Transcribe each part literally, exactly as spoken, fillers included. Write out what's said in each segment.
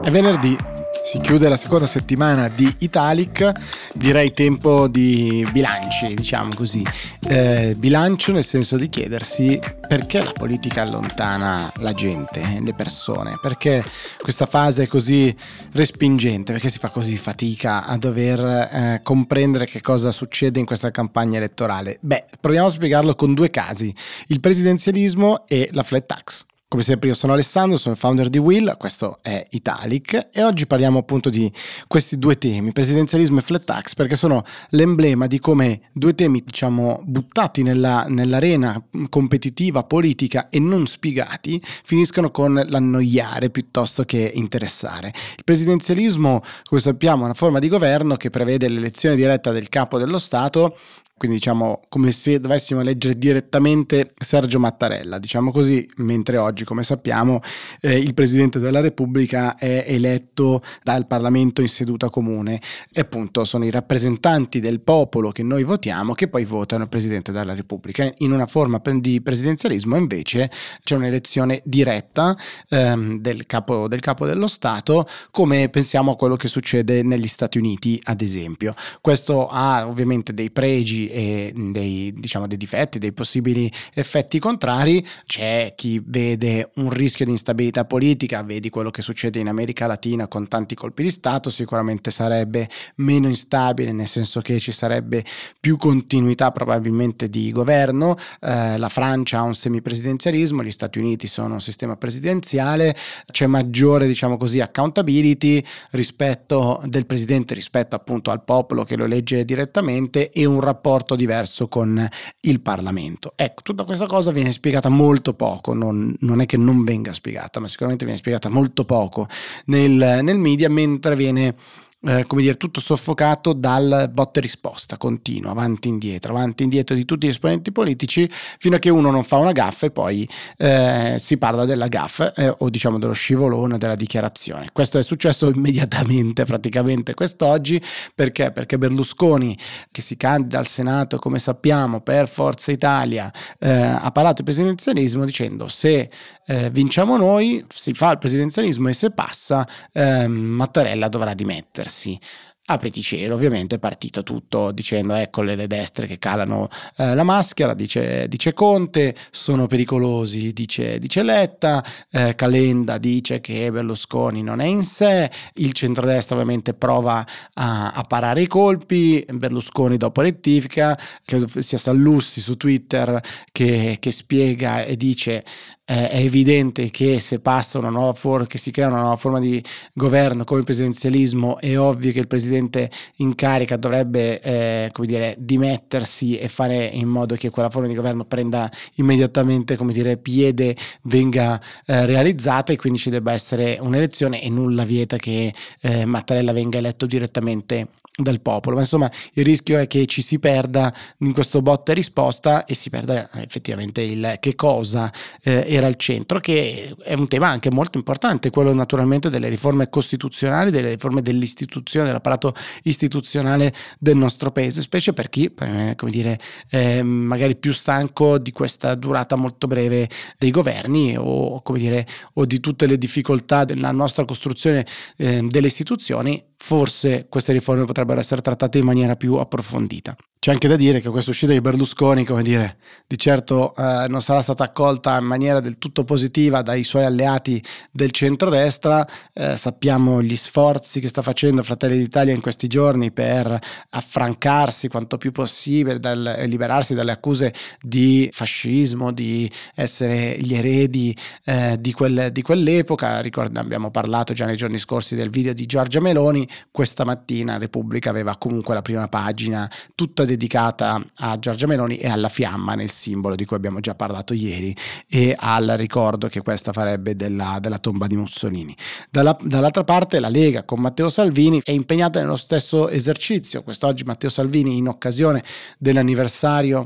È venerdì, si chiude la seconda settimana di Italic, direi tempo di bilanci, diciamo così. Eh, bilancio nel senso di chiedersi perché la politica allontana la gente, le persone, perché questa fase è così respingente, perché si fa così fatica a dover eh, comprendere che cosa succede in questa campagna elettorale. Beh, proviamo a spiegarlo con due casi, il presidenzialismo e la flat tax. Come sempre io sono Alessandro, sono il founder di Will, questo è Italic e oggi parliamo appunto di questi due temi, presidenzialismo e flat tax, perché sono l'emblema di come due temi, diciamo, buttati nella, nell'arena competitiva, politica e non spiegati, finiscono con l'annoiare piuttosto che interessare. Il presidenzialismo, come sappiamo, è una forma di governo che prevede l'elezione diretta del capo dello Stato, quindi diciamo come se dovessimo eleggere direttamente Sergio Mattarella, diciamo così, mentre oggi, come sappiamo, eh, il Presidente della Repubblica è eletto dal Parlamento in seduta comune e appunto sono i rappresentanti del popolo che noi votiamo che poi votano il Presidente della Repubblica. In una forma di presidenzialismo invece c'è un'elezione diretta ehm, del capo, del capo dello Stato, come pensiamo a quello che succede negli Stati Uniti, ad esempio. Questo ha ovviamente dei pregi e dei, diciamo, dei difetti, dei possibili effetti contrari. C'è chi vede un rischio di instabilità politica, vedi quello che succede in America Latina con tanti colpi di Stato, sicuramente sarebbe meno instabile, nel senso che ci sarebbe più continuità probabilmente di governo. Eh, la Francia ha un semipresidenzialismo, gli Stati Uniti sono un sistema presidenziale, c'è maggiore, diciamo così, accountability rispetto del presidente rispetto appunto al popolo che lo elegge direttamente e un rapporto diverso con il Parlamento. Ecco, tutta questa cosa viene spiegata molto poco, non, non è che non venga spiegata, ma sicuramente viene spiegata molto poco nel, nel media, mentre viene Eh, come dire, tutto soffocato dal botta e risposta continuo, avanti e indietro, avanti e indietro di tutti gli esponenti politici, fino a che uno non fa una gaffa e poi eh, si parla della gaffa eh, o diciamo dello scivolone, della dichiarazione. Questo è successo immediatamente, praticamente quest'oggi, perché? Perché Berlusconi, che si candida al Senato, come sappiamo, per Forza Italia, eh, ha parlato di presidenzialismo dicendo: se eh, vinciamo noi, si fa il presidenzialismo e se passa eh, Mattarella dovrà dimettersi. Apriti cielo, ovviamente è partito tutto dicendo ecco le, le destre che calano eh, la maschera, dice, dice Conte, sono pericolosi, dice, dice Letta, eh, Calenda dice che Berlusconi non è in sé, il centrodestra ovviamente prova a, a parare i colpi, Berlusconi dopo rettifica, credo sia Sallusti su Twitter che, che spiega e dice è evidente che se passa una nuova forma, che si crea una nuova forma di governo come il presidenzialismo, è ovvio che il presidente in carica dovrebbe eh, come dire dimettersi e fare in modo che quella forma di governo prenda immediatamente come dire piede, venga eh, realizzata, e quindi ci debba essere un'elezione e nulla vieta che eh, Mattarella venga eletto direttamente dal popolo. Ma insomma il rischio è che ci si perda in questo botta e risposta e si perda effettivamente il che cosa eh, era al centro, che è un tema anche molto importante, quello naturalmente delle riforme costituzionali, delle riforme dell'istituzione, dell'apparato istituzionale del nostro paese, specie per chi eh, come dire eh, magari più stanco di questa durata molto breve dei governi o come dire o di tutte le difficoltà della nostra costruzione eh, delle istituzioni. Forse queste riforme potrebbero essere trattate in maniera più approfondita. C'è anche da dire che questa uscita di Berlusconi, come dire, di certo eh, non sarà stata accolta in maniera del tutto positiva dai suoi alleati del centrodestra. Eh, sappiamo gli sforzi che sta facendo Fratelli d'Italia in questi giorni per affrancarsi quanto più possibile, dal, liberarsi dalle accuse di fascismo, di essere gli eredi eh, di, quel, di quell'epoca. Ricordiamo, abbiamo parlato già nei giorni scorsi del video di Giorgia Meloni. Questa mattina Repubblica aveva comunque la prima pagina tutta dedicata a Giorgia Meloni e alla fiamma nel simbolo di cui abbiamo già parlato ieri e al ricordo che questa farebbe della, della tomba di Mussolini. Dalla, dall'altra parte la Lega con Matteo Salvini è impegnata nello stesso esercizio. Quest'oggi Matteo Salvini, in occasione dell'anniversario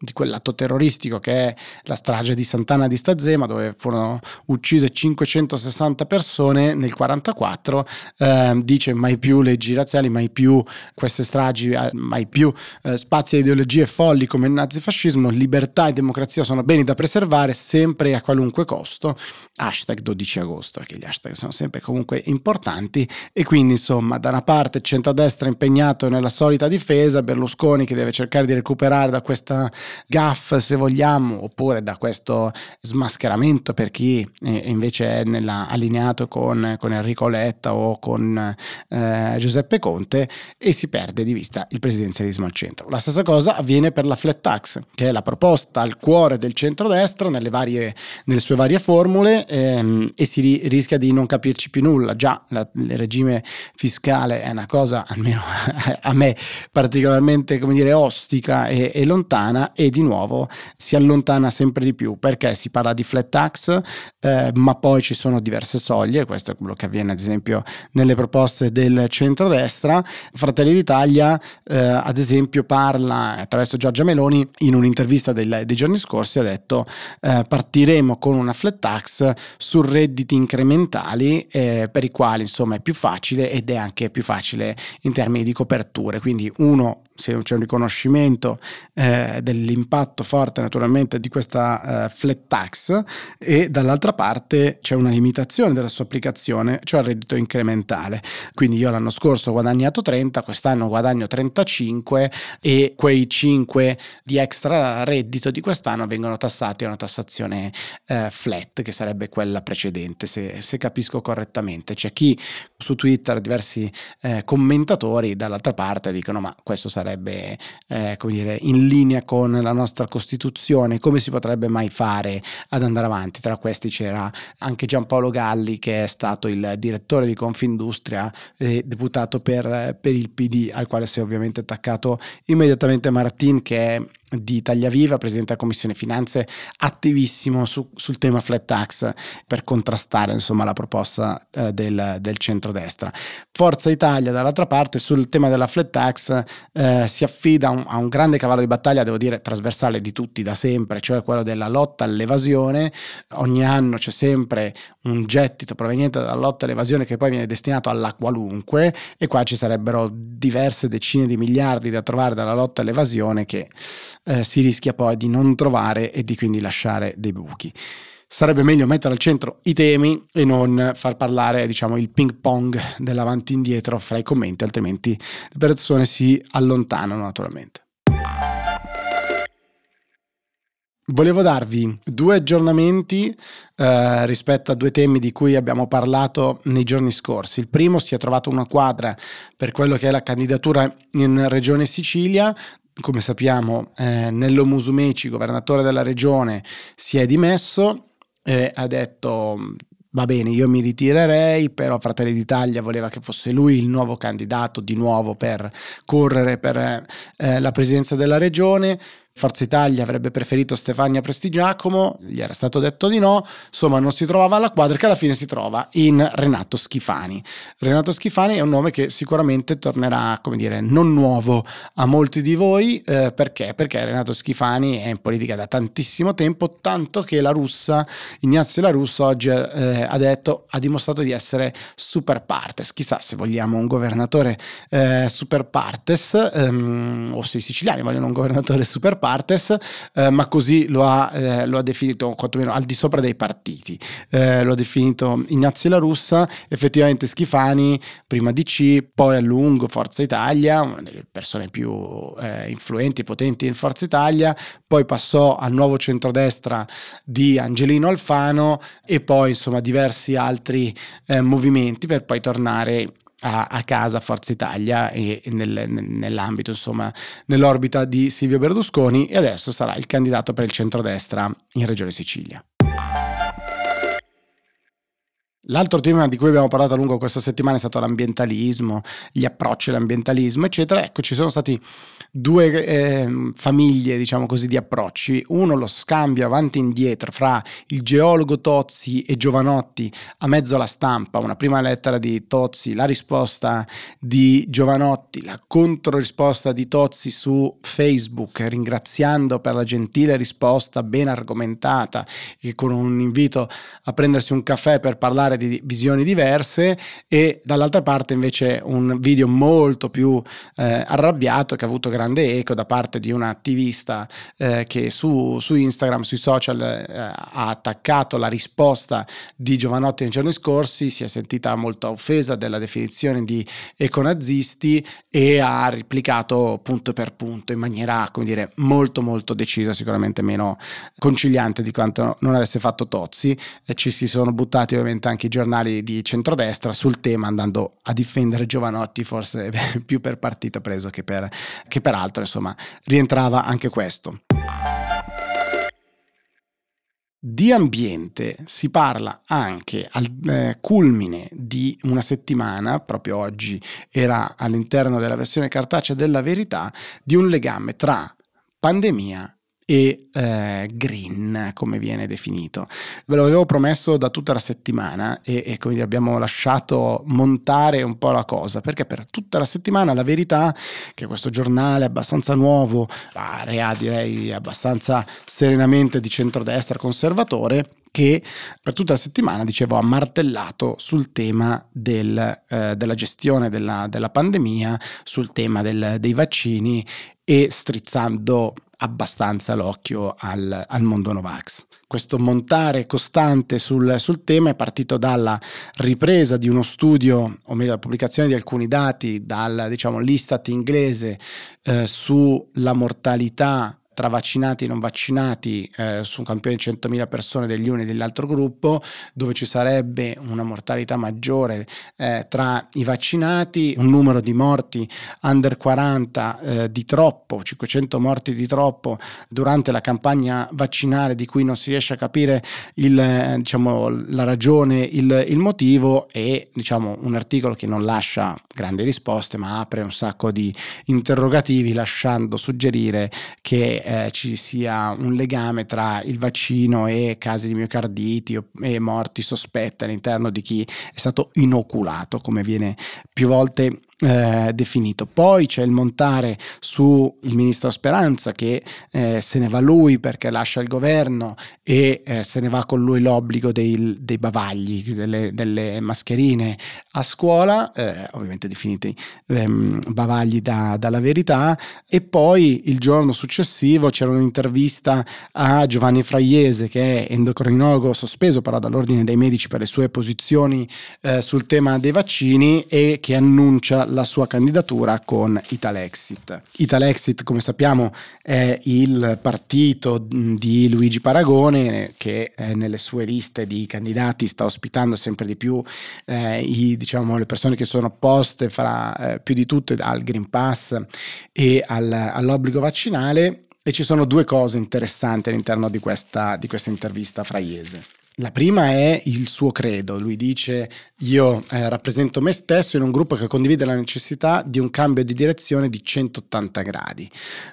di quel lato terroristico che è la strage di Sant'Anna di Stazzema, dove furono uccise cinquecentosessanta persone nel quarantaquattro, eh, dice mai più leggi razziali, mai più queste stragi, mai più eh, spazi a ideologie folli come il nazifascismo, libertà e democrazia sono beni da preservare sempre e a qualunque costo. Hashtag dodici agosto, perché gli hashtag sono sempre comunque importanti. E quindi insomma, da una parte il centrodestra impegnato nella solita difesa, Berlusconi che deve cercare di recuperare da questa gaffe, se vogliamo, oppure da questo smascheramento per chi eh, invece è nella, allineato con, con Enrico Letta o con eh, Giuseppe Conte, e si perde di vista il presidenzialismo al centro. La stessa cosa avviene per la flat tax, che è la proposta al cuore del centrodestra nelle, varie, nelle sue varie formule, ehm, e si ri- rischia di non capirci più nulla. Già la, il regime fiscale è una cosa, almeno a me, particolarmente, come dire, ostica e, e lontana, e di nuovo si allontana sempre di più, perché si parla di flat tax, eh, ma poi ci sono diverse soglie. Questo è quello che avviene ad esempio nelle proposte del centrodestra. Fratelli d'Italia eh, ad esempio parla attraverso Giorgia Meloni, in un'intervista del, dei giorni scorsi ha detto eh, partiremo con una flat tax su redditi incrementali, eh, per i quali insomma è più facile, ed è anche più facile in termini di coperture. Quindi uno, se c'è un riconoscimento eh, dell'impatto forte naturalmente di questa eh, flat tax, e dall'altra parte c'è una limitazione della sua applicazione, cioè il reddito incrementale. Quindi io l'anno scorso ho guadagnato trenta, quest'anno guadagno trentacinque, e quei cinque di extra reddito di quest'anno vengono tassati a una tassazione eh, flat, che sarebbe quella precedente, se, se capisco correttamente. C'è chi su Twitter, diversi eh, commentatori dall'altra parte dicono ma questo sarebbe eh, come dire in linea con la nostra Costituzione, come si potrebbe mai fare ad andare avanti? Tra questi c'era anche Giampaolo Galli, che è stato il direttore di Confindustria e deputato per, per il P D, al quale si è ovviamente attaccato immediatamente Martin, che è di Italia Viva, presidente della Commissione Finanze, attivissimo su, sul tema flat tax per contrastare insomma la proposta eh, del, del centrodestra. Forza Italia dall'altra parte sul tema della flat tax eh, si affida a un, a un grande cavallo di battaglia, devo dire trasversale di tutti da sempre, cioè quello della lotta all'evasione. Ogni anno c'è sempre un gettito proveniente dalla lotta all'evasione che poi viene destinato alla qualunque, e qua ci sarebbero diverse decine di miliardi da trovare dalla lotta all'evasione che Eh, si rischia poi di non trovare e di quindi lasciare dei buchi. Sarebbe meglio mettere al centro i temi e non far parlare, diciamo, il ping pong dell'avanti e indietro fra i commenti, altrimenti le persone si allontanano naturalmente. Volevo darvi due aggiornamenti eh, rispetto a due temi di cui abbiamo parlato nei giorni scorsi. Il primo: si è trovata una quadra per quello che è la candidatura in Regione Sicilia. Come sappiamo, eh, Nello Musumeci, governatore della regione, si è dimesso e ha detto va bene, io mi ritirerei, però Fratelli d'Italia voleva che fosse lui il nuovo candidato di nuovo per correre per eh, la presidenza della regione. Forza Italia avrebbe preferito Stefania Prestigiacomo, gli era stato detto di no, insomma non si trovava alla quadra, che alla fine si trova in Renato Schifani. Renato Schifani è un nome che sicuramente tornerà, come dire, non nuovo a molti di voi, eh, perché? Perché Renato Schifani è in politica da tantissimo tempo, tanto che la Russa, Ignazio La Russa oggi eh, ha detto, ha dimostrato di essere super partes. Chissà se vogliamo un governatore eh, super partes, ehm, o se i siciliani vogliono un governatore super partes, eh, ma così lo ha, eh, lo ha definito, quantomeno al di sopra dei partiti, eh, lo ha definito Ignazio La Russa. Effettivamente Schifani, prima D C, poi a lungo Forza Italia, una delle persone più eh, influenti e potenti in Forza Italia, poi passò al nuovo centrodestra di Angelino Alfano e poi insomma diversi altri eh, movimenti, per poi tornare A, a casa Forza Italia e nel, nell'ambito, insomma, nell'orbita di Silvio Berlusconi, e adesso sarà il candidato per il centrodestra in Regione Sicilia. L'altro tema di cui abbiamo parlato a lungo questa settimana è stato l'ambientalismo, gli approcci all'ambientalismo, eccetera. Ecco, ci sono stati due eh, famiglie, diciamo così, di approcci. Uno, lo scambio avanti e indietro fra il geologo Tozzi e Giovanotti a mezzo alla stampa, una prima lettera di Tozzi, la risposta di Giovanotti, la controrisposta di Tozzi su Facebook, ringraziando per la gentile risposta ben argomentata e con un invito a prendersi un caffè per parlare di visioni diverse, e dall'altra parte invece un video molto più eh, arrabbiato, che ha avuto grande eco da parte di un attivista eh, che su, su Instagram, sui social eh, ha attaccato la risposta di Giovanotti nei giorni scorsi, si è sentita molto offesa della definizione di econazisti e ha replicato punto per punto in maniera, come dire, molto molto decisa, sicuramente meno conciliante di quanto non avesse fatto Tozzi. E ci si sono buttati ovviamente anche i giornali di centrodestra sul tema, andando a difendere Giovanotti forse più per partito preso che per, che per altro. Insomma, rientrava anche questo. Di ambiente si parla anche al eh, culmine di una settimana, proprio oggi era all'interno della versione cartacea della Verità, di un legame tra pandemia e eh, green, come viene definito. Ve lo avevo promesso da tutta la settimana e, e come dire, abbiamo lasciato montare un po' la cosa, perché per tutta la settimana La Verità, che è questo giornale abbastanza nuovo, area direi abbastanza serenamente di centrodestra conservatore, che per tutta la settimana, dicevo, ha martellato sul tema del, eh, della gestione della, della pandemia, sul tema del, dei vaccini, e strizzando abbastanza l'occhio al, al mondo Novax. Questo montare costante sul, sul tema è partito dalla ripresa di uno studio, o meglio la pubblicazione di alcuni dati dal, diciamo, l'Istat inglese eh, sulla mortalità tra vaccinati e non vaccinati eh, su un campione di centomila persone degli uni e dell'altro gruppo, dove ci sarebbe una mortalità maggiore eh, tra i vaccinati, un numero di morti under quaranta eh, di troppo, cinquecento morti di troppo durante la campagna vaccinale, di cui non si riesce a capire il, eh, diciamo, la ragione, il, il motivo, e diciamo un articolo che non lascia grandi risposte ma apre un sacco di interrogativi, lasciando suggerire che Eh, ci sia un legame tra il vaccino e casi di miocarditi e morti sospette all'interno di chi è stato inoculato, come viene più volte Eh, definito. Poi c'è il montare su il ministro Speranza, che eh, se ne va lui perché lascia il governo, e eh, se ne va con lui l'obbligo dei, dei bavagli, delle, delle mascherine a scuola, eh, ovviamente definiti ehm, bavagli da, dalla Verità. E poi il giorno successivo c'era un'intervista a Giovanni Fraiese, che è endocrinologo sospeso però dall'ordine dei medici per le sue posizioni eh, sul tema dei vaccini, e che annuncia la sua candidatura con Italexit. Italexit, come sappiamo, è il partito di Luigi Paragone, che eh, nelle sue liste di candidati sta ospitando sempre di più eh, i, diciamo, le persone che sono opposte fra eh, più di tutte al Green Pass e al, all'obbligo vaccinale. E ci sono due cose interessanti all'interno di questa, di questa intervista a Fraiese. La prima è il suo credo. Lui dice: io eh, rappresento me stesso in un gruppo che condivide la necessità di un cambio di direzione di centottanta gradi.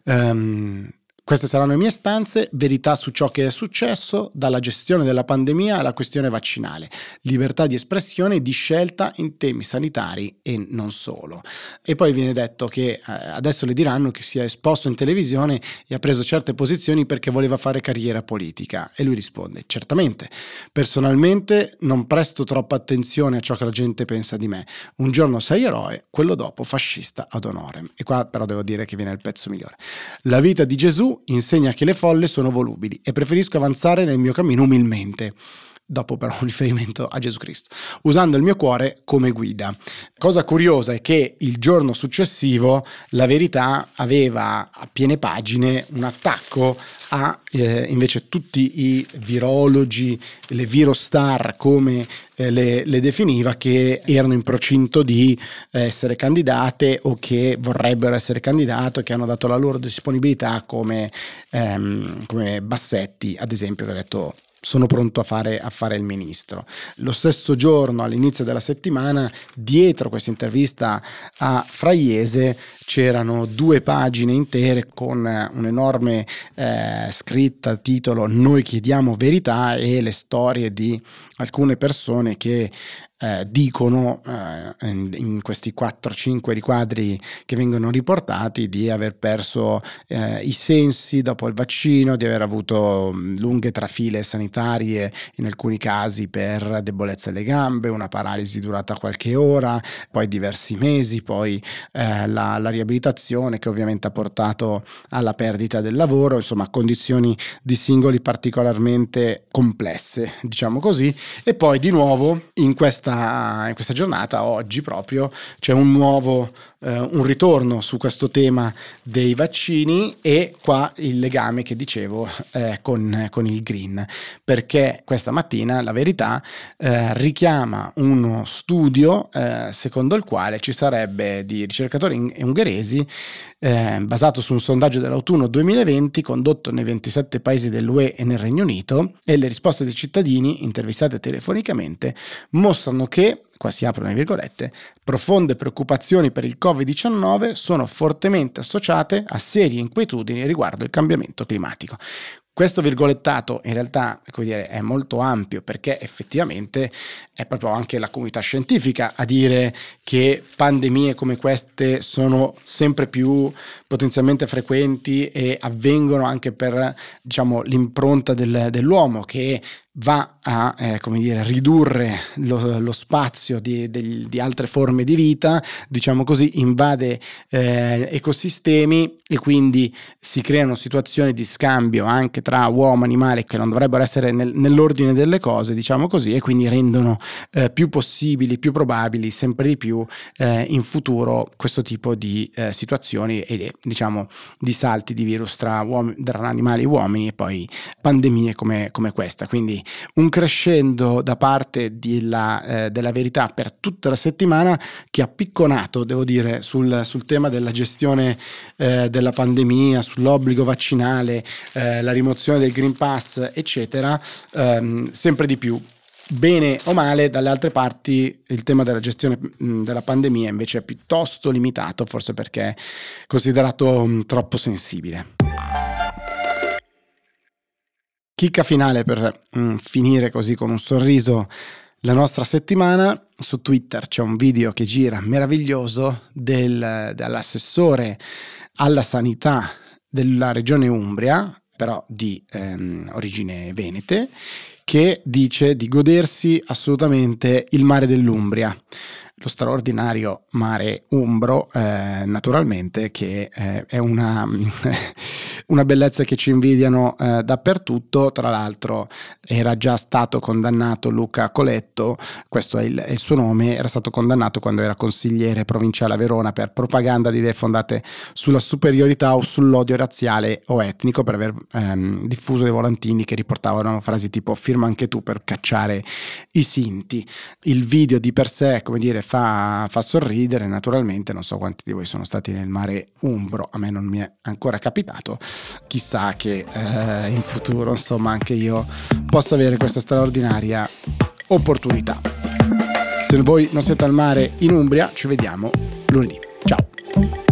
Um, Queste saranno le mie stanze: verità su ciò che è successo, dalla gestione della pandemia alla questione vaccinale, libertà di espressione e di scelta in temi sanitari e non solo. E poi viene detto che eh, adesso le diranno che si è esposto in televisione e ha preso certe posizioni perché voleva fare carriera politica. E lui risponde: certamente, personalmente non presto troppa attenzione a ciò che la gente pensa di me. Un giorno sei eroe, quello dopo fascista ad honorem. E qua però devo dire che viene il pezzo migliore. La vita di Gesù insegna che le folle sono volubili e preferisco avanzare nel mio cammino umilmente. Dopo però un riferimento a Gesù Cristo, usando il mio cuore come guida. Cosa curiosa è che il giorno successivo La Verità aveva a piene pagine un attacco a eh, invece tutti i virologi, le virostar come eh, le, le definiva, che erano in procinto di eh, essere candidate o che vorrebbero essere candidate, che hanno dato la loro disponibilità, come, ehm, come Bassetti ad esempio, che ha detto sono pronto a fare, a fare il ministro. Lo stesso giorno, all'inizio della settimana, dietro questa intervista a Fraiese c'erano due pagine intere con un'enorme eh, scritta, titolo "Noi chiediamo verità", e le storie di alcune persone che Eh, dicono eh, in, in questi quattro cinque riquadri che vengono riportati di aver perso eh, i sensi dopo il vaccino, di aver avuto lunghe trafile sanitarie in alcuni casi per debolezza alle gambe, una paralisi durata qualche ora, poi diversi mesi, poi eh, la, la riabilitazione che ovviamente ha portato alla perdita del lavoro, insomma condizioni di singoli particolarmente complesse, diciamo così. E poi di nuovo in questa in questa giornata, oggi proprio, c'è un nuovo eh, un ritorno su questo tema dei vaccini, e qua il legame che dicevo eh, con, con il green, perché questa mattina La Verità eh, richiama uno studio eh, secondo il quale ci sarebbe, di ricercatori ungheresi, eh, basato su un sondaggio dell'autunno duemilaventi condotto nei ventisette paesi dell'U E e nel Regno Unito, e le risposte dei cittadini intervistati telefonicamente mostrano che, qua si aprono le virgolette, profonde preoccupazioni per il covid diciannove sono fortemente associate a serie inquietudini riguardo il cambiamento climatico. Questo virgolettato in realtà, come dire, è molto ampio, perché effettivamente è proprio anche la comunità scientifica a dire che pandemie come queste sono sempre più potenzialmente frequenti e avvengono anche per, diciamo, l'impronta del, dell'uomo, che va a eh, come dire, ridurre lo, lo spazio di, di, di altre forme di vita, diciamo così, invade eh, ecosistemi, e quindi si creano situazioni di scambio anche tra uomo e animale che non dovrebbero essere nel, nell'ordine delle cose, diciamo così, e quindi rendono eh, più possibili, più probabili sempre di più eh, in futuro questo tipo di eh, situazioni e, diciamo, di salti di virus tra, uom- tra animali e uomini, e poi pandemie come, come questa. Quindi un crescendo da parte di la, eh, della Verità per tutta la settimana, che ha picconato, devo dire, sul, sul tema della gestione eh, della pandemia, sull'obbligo vaccinale, eh, la rimozione del Green Pass, eccetera, ehm, sempre di più. Bene o male, dalle altre parti il tema della gestione mh, della pandemia invece è piuttosto limitato, forse perché è considerato mh, troppo sensibile. Chicca finale per mh, finire così con un sorriso la nostra settimana. Su Twitter c'è un video che gira meraviglioso del, dell'assessore alla sanità della regione Umbria, però di ehm, origine venete, che dice di godersi assolutamente il mare dell'Umbria, lo straordinario mare umbro, eh, naturalmente, che eh, è una, una bellezza che ci invidiano eh, dappertutto. Tra l'altro era già stato condannato Luca Coletto, questo è il, è il suo nome, era stato condannato quando era consigliere provinciale a Verona per propaganda di idee fondate sulla superiorità o sull'odio razziale o etnico, per aver ehm, diffuso dei volantini che riportavano frasi tipo "firma anche tu" per cacciare i Sinti. Il video di per sé, come dire, fa, fa sorridere, naturalmente. Non so quanti di voi sono stati nel mare umbro, a me non mi è ancora capitato, chissà che eh, in futuro, insomma, anche io possa avere questa straordinaria opportunità. Se voi non siete al mare in Umbria, ci vediamo lunedì. Ciao!